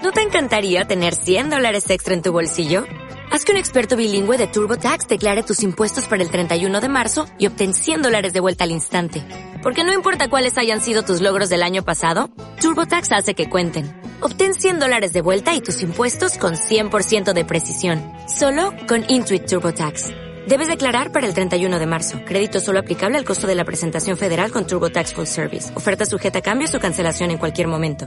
¿No te encantaría tener $100 extra en tu bolsillo? Haz que un experto bilingüe de TurboTax declare tus impuestos para el 31 de marzo y obtén $100 de vuelta al instante. Porque no importa cuáles hayan sido tus logros del año pasado, TurboTax hace que cuenten. Obtén $100 de vuelta y tus impuestos con 100% de precisión. Solo con Intuit TurboTax. Debes declarar para el 31 de marzo. Crédito solo aplicable al costo de la presentación federal con TurboTax Full Service. Oferta sujeta a cambios o cancelación en cualquier momento.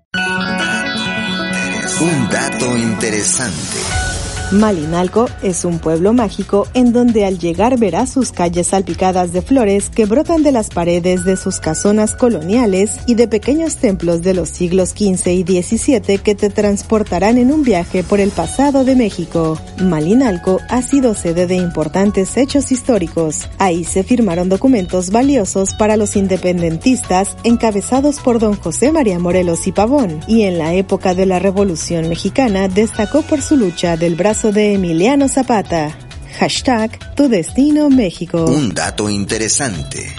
Un dato interesante. Malinalco es un pueblo mágico en donde al llegar verás sus calles salpicadas de flores que brotan de las paredes de sus casonas coloniales y de pequeños templos de los siglos XV y XVII que te transportarán en un viaje por el pasado de México. Malinalco ha sido sede de importantes hechos históricos. Ahí se firmaron documentos valiosos para los independentistas encabezados por don José María Morelos y Pavón, y en la época de la Revolución Mexicana destacó por su lucha del brazo de Emiliano Zapata. Hashtag Tu Destino México. Un dato interesante.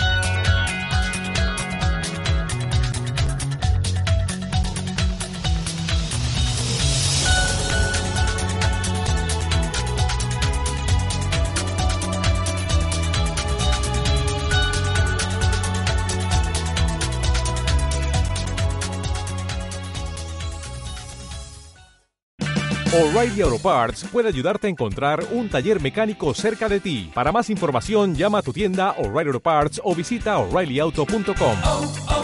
O'Reilly Auto Parts puede ayudarte a encontrar un taller mecánico cerca de ti. Para más información, llama a tu tienda O'Reilly Auto Parts o visita O'ReillyAuto.com.